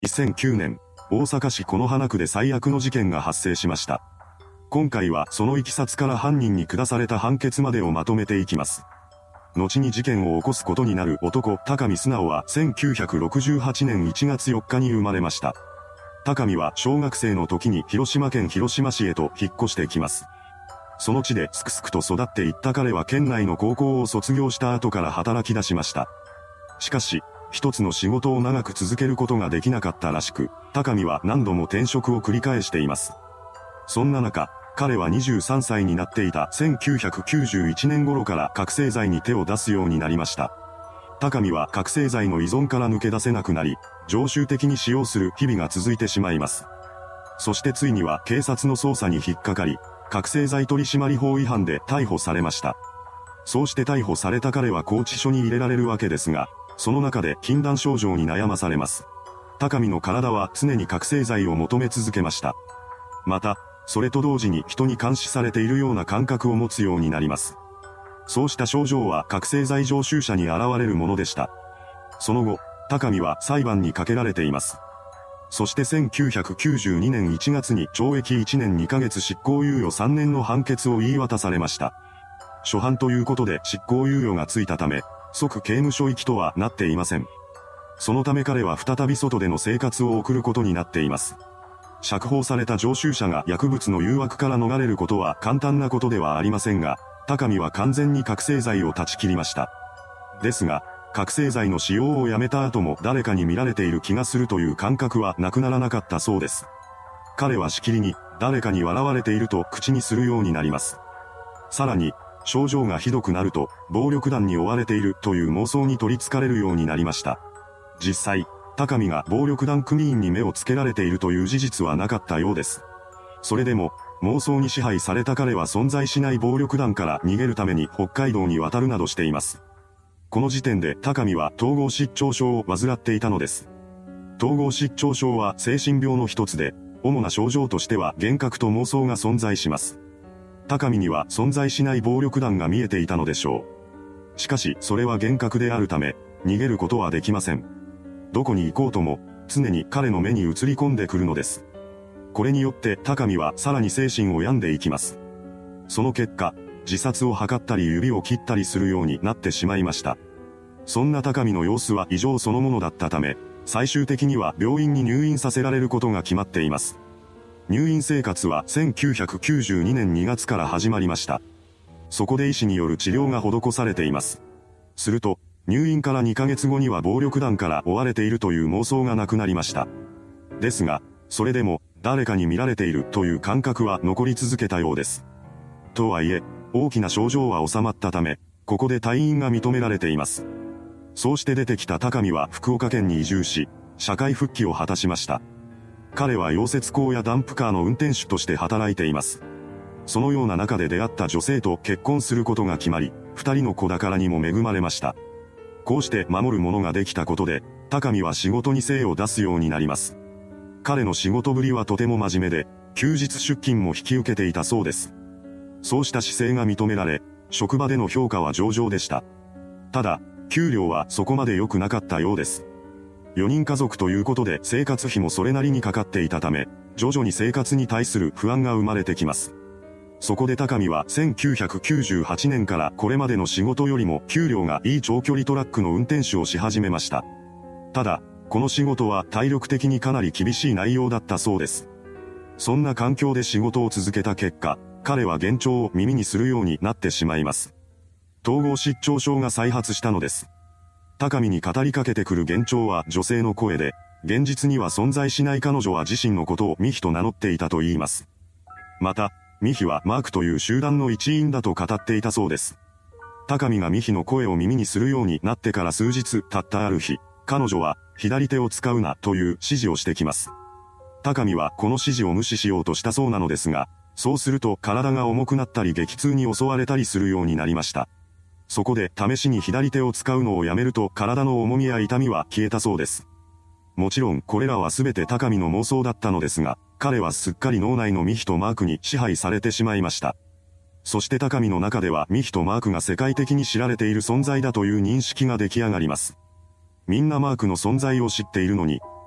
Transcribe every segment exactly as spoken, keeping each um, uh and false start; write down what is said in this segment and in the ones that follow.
せんきゅうねん、大阪市此花区で最悪の事件が発生しました。今回はその経緯から犯人に下された判決までをまとめていきます。後に事件を起こすことになる男、高見直はせんきゅうひゃくろくじゅうはちねんいちがつよっかに生まれました。高見は小学生の時に広島県広島市へと引っ越してきます。その地ですくすくと育っていった彼は県内の高校を卒業した後から働き出しました。しかし、一つの仕事を長く続けることができなかったらしく、高見は何度も転職を繰り返しています。そんな中、彼はにじゅうさんさいになっていたせんきゅうひゃくきゅうじゅういちねん頃から覚醒剤に手を出すようになりました。高見は覚醒剤の依存から抜け出せなくなり、常習的に使用する日々が続いてしまいます。そしてついには警察の捜査に引っかかり、覚醒剤取締法違反で逮捕されました。そうして逮捕された彼は拘置所に入れられるわけですが、その中で禁断症状に悩まされます。高見の体は常に覚醒剤を求め続けました。また、それと同時に人に監視されているような感覚を持つようになります。そうした症状は覚醒剤常習者に現れるものでした。その後、高見は裁判にかけられています。そしてせんきゅうひゃくきゅうじゅうにねんいちがつに懲役いちねんにかげつ執行猶予さんねんの判決を言い渡されました。初犯ということで執行猶予がついたため、即刑務所行きとはなっていません。そのため彼は再び外での生活を送ることになっています。釈放された常習者が薬物の誘惑から逃れることは簡単なことではありませんが、高見は完全に覚醒剤を断ち切りました。ですが、覚醒剤の使用をやめた後も誰かに見られている気がするという感覚はなくならなかったそうです。彼はしきりに誰かに笑われていると口にするようになります。さらに、症状がひどくなると暴力団に追われているという妄想に取り憑かれるようになりました。実際、高見が暴力団組員に目をつけられているという事実はなかったようです。それでも、妄想に支配された彼は存在しない暴力団から逃げるために北海道に渡るなどしています。この時点で高見は統合失調症を患っていたのです。統合失調症は精神病の一つで、主な症状としては幻覚と妄想が存在します。高見には存在しない暴力団が見えていたのでしょう。しかしそれは幻覚であるため、逃げることはできません。どこに行こうとも、常に彼の目に映り込んでくるのです。これによって高見はさらに精神を病んでいきます。その結果、自殺を図ったり指を切ったりするようになってしまいました。そんな高見の様子は異常そのものだったため、最終的には病院に入院させられることが決まっています。入院生活はせんきゅうひゃくきゅうじゅうにねんにがつから始まりました。そこで医師による治療が施されています。すると、入院からにかげつごには暴力団から追われているという妄想がなくなりました。ですが、それでも、誰かに見られているという感覚は残り続けたようです。とはいえ、大きな症状は収まったため、ここで退院が認められています。そうして出てきた高見は福岡県に移住し、社会復帰を果たしました。彼は溶接工やダンプカーの運転手として働いています。そのような中で出会った女性と結婚することが決まり、二人の子宝にも恵まれました。こうして守るものができたことで、高見は仕事に精を出すようになります。彼の仕事ぶりはとても真面目で、休日出勤も引き受けていたそうです。そうした姿勢が認められ、職場での評価は上々でした。ただ、給料はそこまで良くなかったようです。よにん家族ということで生活費もそれなりにかかっていたため、徐々に生活に対する不安が生まれてきます。そこで高見はせんきゅうひゃくきゅうじゅうはちねんからこれまでの仕事よりも給料がいい長距離トラックの運転手をし始めました。ただ、この仕事は体力的にかなり厳しい内容だったそうです。そんな環境で仕事を続けた結果、彼は幻聴を耳にするようになってしまいます。統合失調症が再発したのです。高見に語りかけてくる幻聴は女性の声で、現実には存在しない彼女は自身のことをミヒと名乗っていたと言います。また、ミヒはマークという集団の一員だと語っていたそうです。高見がミヒの声を耳にするようになってから数日経ったある日、彼女は左手を使うなという指示をしてきます。高見はこの指示を無視しようとしたそうなのですが、そうすると体が重くなったり激痛に襲われたりするようになりました。そこで試しに左手を使うのをやめると体の重みや痛みは消えたそうです。もちろんこれらは全て高見の妄想だったのですが、彼はすっかり脳内のミヒとマークに支配されてしまいました。そして高見の中ではミヒとマークが世界的に知られている存在だという認識が出来上がります。みんなマークの存在を知っているのに、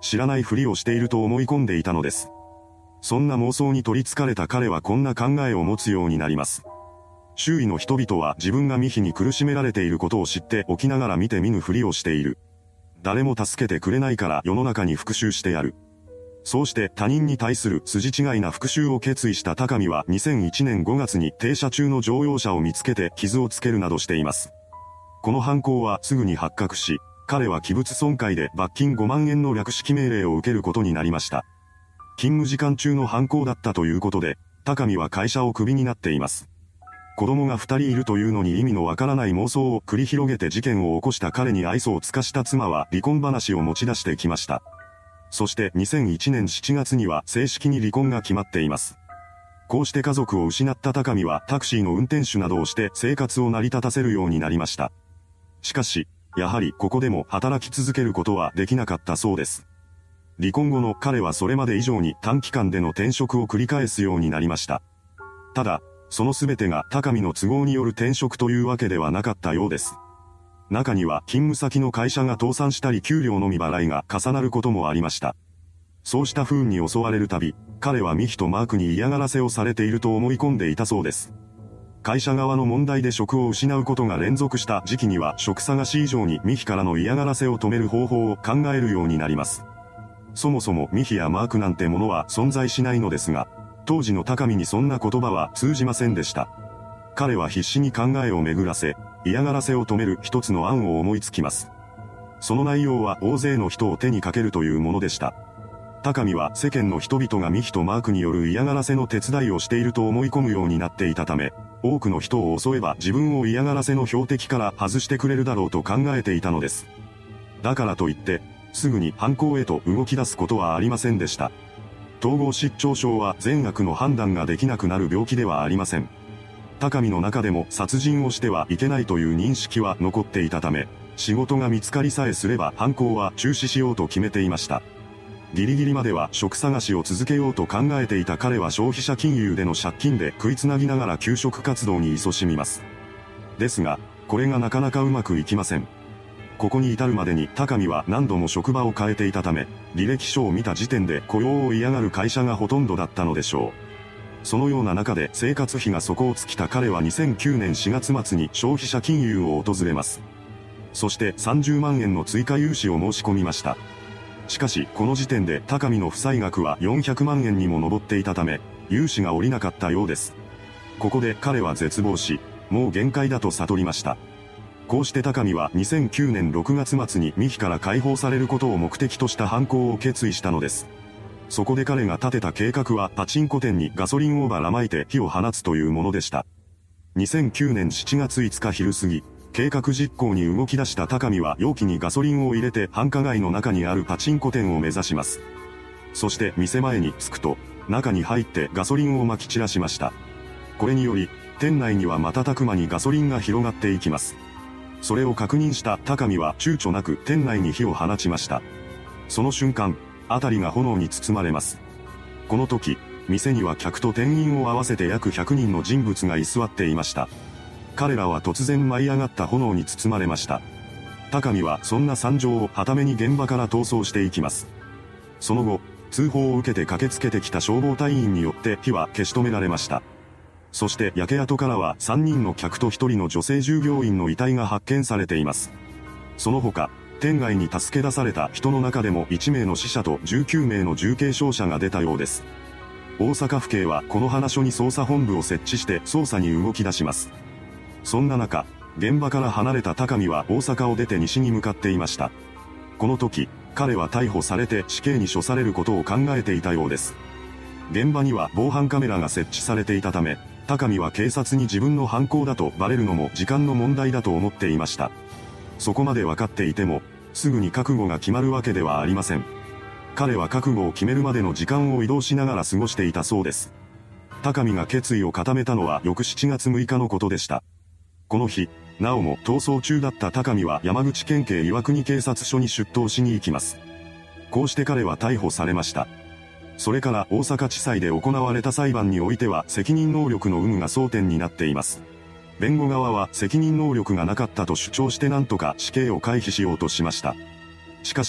知らないふりをしていると思い込んでいたのです。そんな妄想に取り憑かれた彼はこんな考えを持つようになります。周囲の人々は自分がミヒに苦しめられていることを知っておきながら見て見ぬふりをしている。誰も助けてくれないから世の中に復讐してやる。そうして他人に対する筋違いな復讐を決意した高見はにせんいちねんごがつに停車中の乗用車を見つけて傷をつけるなどしています。この犯行はすぐに発覚し、彼は器物損壊で罰金ごまんえんの略式命令を受けることになりました。勤務時間中の犯行だったということで、高見は会社をクビになっています。子供が二人いるというのに意味のわからない妄想を繰り広げて事件を起こした彼に愛想を尽かした妻は離婚話を持ち出してきました。そしてにせんいちねんしちがつには正式に離婚が決まっています。こうして家族を失った高見はタクシーの運転手などをして生活を成り立たせるようになりました。しかし、やはりここでも働き続けることはできなかったそうです。離婚後の彼はそれまで以上に短期間での転職を繰り返すようになりました。ただ、そのすべてが高見の都合による転職というわけではなかったようです。中には勤務先の会社が倒産したり給料の未払いが重なることもありました。そうした不運に襲われるたび、彼はミヒとマークに嫌がらせをされていると思い込んでいたそうです。会社側の問題で職を失うことが連続した時期には職探し以上にミヒからの嫌がらせを止める方法を考えるようになります。そもそもミヒやマークなんてものは存在しないのですが、当時の高見にそんな言葉は通じませんでした。彼は必死に考えを巡らせ、嫌がらせを止める一つの案を思いつきます。その内容は大勢の人を手にかけるというものでした。高見は世間の人々がミヒとマークによる嫌がらせの手伝いをしていると思い込むようになっていたため、多くの人を襲えば自分を嫌がらせの標的から外してくれるだろうと考えていたのです。だからといって、すぐに犯行へと動き出すことはありませんでした。統合失調症は善悪の判断ができなくなる病気ではありません。高見の中でも殺人をしてはいけないという認識は残っていたため、仕事が見つかりさえすれば犯行は中止しようと決めていました。ギリギリまでは職探しを続けようと考えていた彼は消費者金融での借金で食いつなぎながら求職活動に勤しみます。ですが、これがなかなかうまくいきません。ここに至るまでに高見は何度も職場を変えていたため、履歴書を見た時点で雇用を嫌がる会社がほとんどだったのでしょう。そのような中で生活費が底を尽きた彼はにせんきゅうねんしがつ末に消費者金融を訪れます。そしてさんじゅうまんえんの追加融資を申し込みました。しかしこの時点で高見の負債額はよんひゃくまんえんにも上っていたため、融資が下りなかったようです。ここで彼は絶望し、もう限界だと悟りました。こうして高見はにせんきゅうねんろくがつ末にミヒから解放されることを目的とした犯行を決意したのです。そこで彼が立てた計画はパチンコ店にガソリンをばらまいて火を放つというものでした。にせんきゅうねんしちがついつか昼過ぎ、計画実行に動き出した高見は容器にガソリンを入れて繁華街の中にあるパチンコ店を目指します。そして店前に着くと、中に入ってガソリンを撒き散らしました。これにより、店内には瞬く間にガソリンが広がっていきます。それを確認した高見は躊躇なく店内に火を放ちました。その瞬間、辺りが炎に包まれます。この時、店には客と店員を合わせて約ひゃくにんの人物が居座っていました。彼らは突然舞い上がった炎に包まれました。高見はそんな惨状をはために現場から逃走していきます。その後、通報を受けて駆けつけてきた消防隊員によって火は消し止められました。そして焼け跡からはさんにんの客とひとりの女性従業員の遺体が発見されています。その他、店外に助け出された人の中でもいちめいの死者とじゅうきゅうめいの重軽傷者が出たようです。大阪府警はこの話署に捜査本部を設置して捜査に動き出します。そんな中、現場から離れた高見は大阪を出て西に向かっていました。この時、彼は逮捕されて死刑に処されることを考えていたようです。現場には防犯カメラが設置されていたため、高見は警察に自分の犯行だとバレるのも時間の問題だと思っていました。そこまで分かっていても、すぐに覚悟が決まるわけではありません。彼は覚悟を決めるまでの時間を移動しながら過ごしていたそうです。高見が決意を固めたのは翌しちがつむいかのことでした。この日、なおも逃走中だった高見は山口県警岩国警察署に出頭しに行きます。こうして彼は逮捕されました。それから大阪地裁で行われた裁判においては責任能力の有無が争点になっています。弁護側は責任能力がなかったと主張して何とか死刑を回避しようとしました。しかし、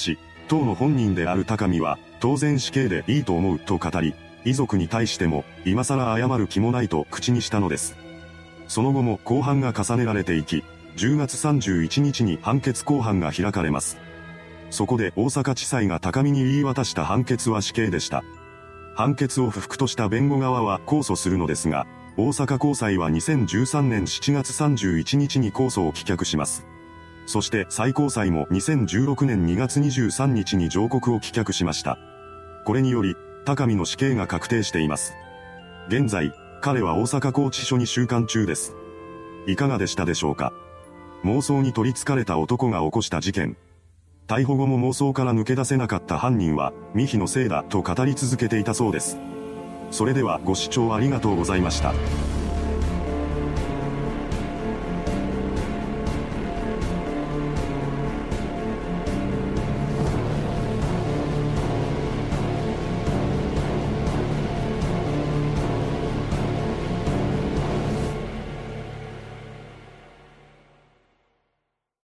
当の本人である高見は、当然死刑でいいと思うと語り、遺族に対しても、今更謝る気もないと口にしたのです。その後も公判が重ねられていき、じゅうがつさんじゅういちにちに判決公判が開かれます。そこで大阪地裁が高見に言い渡した判決は死刑でした。判決を不服とした弁護側は控訴するのですが、大阪高裁はにせんじゅうさんねんしちがつさんじゅういちにちに控訴を棄却します。そして最高裁もにせんじゅうろくねんにがつにじゅうさんにちに上告を棄却しました。これにより、高見の死刑が確定しています。現在、彼は大阪拘置所に収監中です。いかがでしたでしょうか。妄想に取り憑かれた男が起こした事件。逮捕後も妄想から抜け出せなかった犯人は、ミヒのせいだと語り続けていたそうです。それではご視聴ありがとうございました。